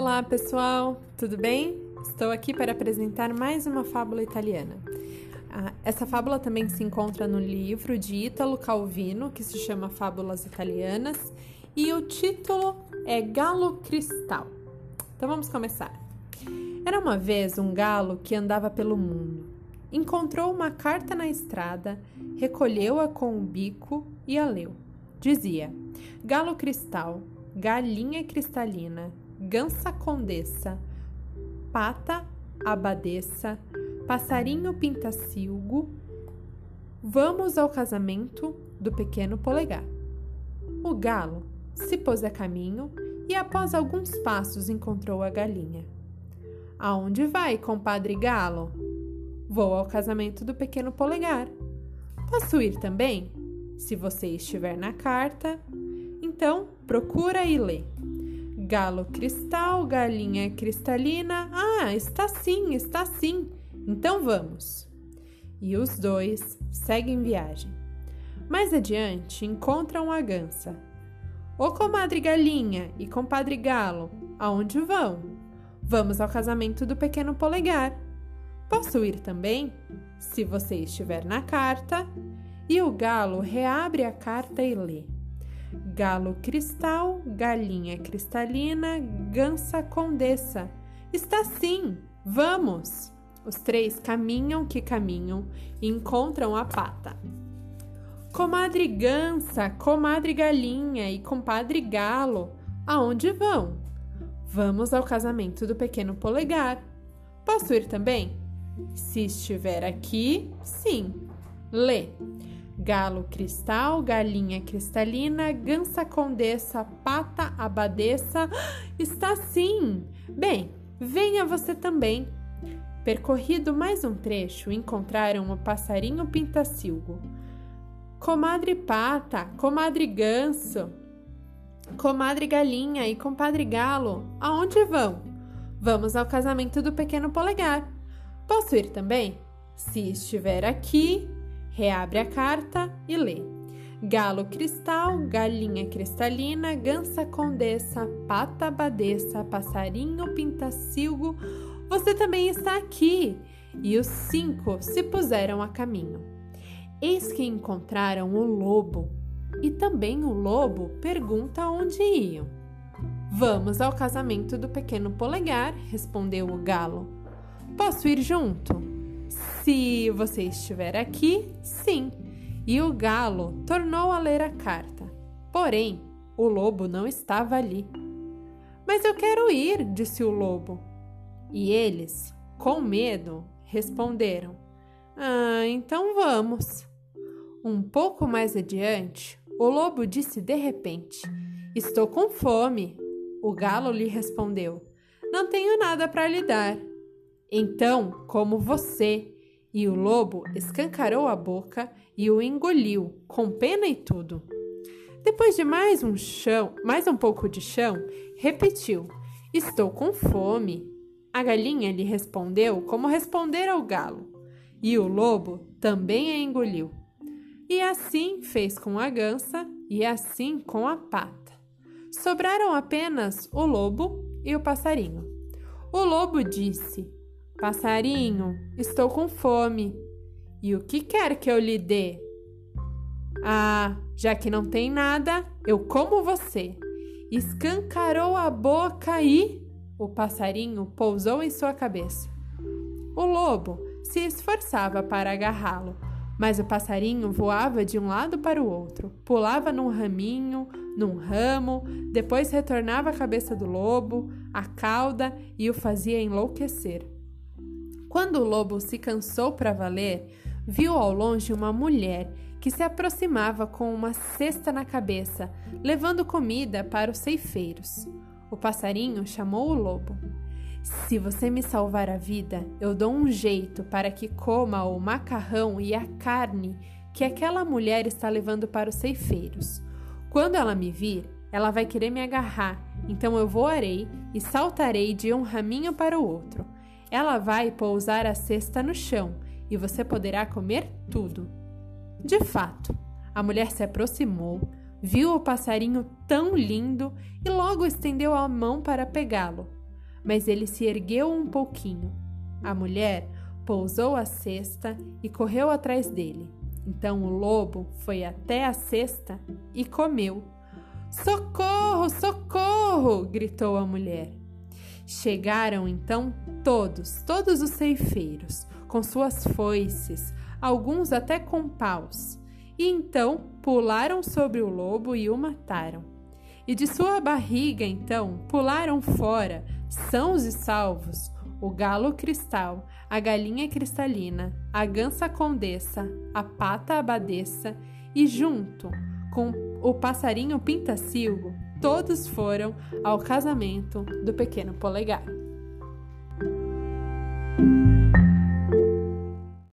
Olá, pessoal! Tudo bem? Estou aqui para apresentar mais uma fábula italiana. Essa fábula também se encontra no livro de Ítalo Calvino, que se chama Fábulas Italianas, e o título é Galo Cristal. Então vamos começar. Era uma vez um galo que andava pelo mundo. Encontrou uma carta na estrada, recolheu-a com o bico e a leu. Dizia: Galo cristal, galinha cristalina, gansa condessa, pata abadesa, passarinho pintacilgo, vamos ao casamento do pequeno polegar. O galo se pôs a caminho e após alguns passos encontrou a galinha. Aonde vai, compadre galo? Vou ao casamento do pequeno polegar. Posso ir também? Se você estiver na carta, então procura e lê. Galo cristal, galinha cristalina. Está sim. Então vamos. E os dois seguem viagem. Mais adiante encontram a gansa. Ô comadre galinha e compadre galo, aonde vão? Vamos ao casamento do pequeno polegar. Posso ir também? Se você estiver na carta. E o galo reabre a carta e lê. Galo cristal, galinha cristalina, gansa condessa. Está sim, vamos! Os três caminham e encontram a pata. Comadre gansa, comadre galinha e compadre galo, aonde vão? Vamos ao casamento do pequeno polegar. Posso ir também? Se estiver aqui, sim. Lê. Galo cristal, galinha cristalina, gansa condessa, pata abadesa. Está sim! Bem, venha você também. Percorrido mais um trecho, encontraram o passarinho pintacilgo. Comadre pata, comadre ganso, comadre galinha e compadre galo, aonde vão? Vamos ao casamento do pequeno polegar. Posso ir também? Se estiver aqui, reabre a carta e lê. Galo cristal, galinha cristalina, gansa condessa, pata abadesa, passarinho pintacilgo, você também está aqui. E os 5 se puseram a caminho. Eis que encontraram o lobo. E também o lobo pergunta onde iam. Vamos ao casamento do pequeno polegar, respondeu o galo. Posso ir junto? Se você estiver aqui, sim. E o galo tornou a ler a carta. Porém, o lobo não estava ali. Mas eu quero ir, disse o lobo. E eles, com medo, responderam: então vamos. Um pouco mais adiante, o lobo disse de repente: Estou com fome. O galo lhe respondeu: Não tenho nada para lhe dar. Então, como você. E o lobo escancarou a boca e o engoliu, com pena e tudo. Depois de mais um pouco de chão, repetiu: Estou com fome. A galinha lhe respondeu como responder ao galo, e o lobo também a engoliu. E assim fez com a gansa e assim com a pata. Sobraram apenas o lobo e o passarinho. O lobo disse: Passarinho, estou com fome. E o que quer que eu lhe dê? Já que não tem nada, eu como você. Escancarou a boca e o passarinho pousou em sua cabeça. O lobo se esforçava para agarrá-lo, mas o passarinho voava de um lado para o outro, pulava num raminho, num ramo, depois retornava a cabeça do lobo, a cauda e o fazia enlouquecer. Quando o lobo se cansou para valer, viu ao longe uma mulher que se aproximava com uma cesta na cabeça, levando comida para os ceifeiros. O passarinho chamou o lobo. Se você me salvar a vida, eu dou um jeito para que coma o macarrão e a carne que aquela mulher está levando para os ceifeiros. Quando ela me vir, ela vai querer me agarrar, então eu voarei e saltarei de um raminho para o outro. Ela vai pousar a cesta no chão e você poderá comer tudo. De fato, a mulher se aproximou, viu o passarinho tão lindo e logo estendeu a mão para pegá-lo. mas ele se ergueu um pouquinho. A mulher pousou a cesta e correu atrás dele. Então o lobo foi até a cesta e comeu. "Socorro, socorro!" gritou a mulher. Chegaram então todos os ceifeiros, com suas foices, alguns até com paus, e então pularam sobre o lobo e o mataram. E de sua barriga então pularam fora, sãos e salvos, o galo cristal, a galinha cristalina, a gansa condessa, a pata abadesa e junto com o passarinho pintacilgo, todos foram ao casamento do pequeno polegar.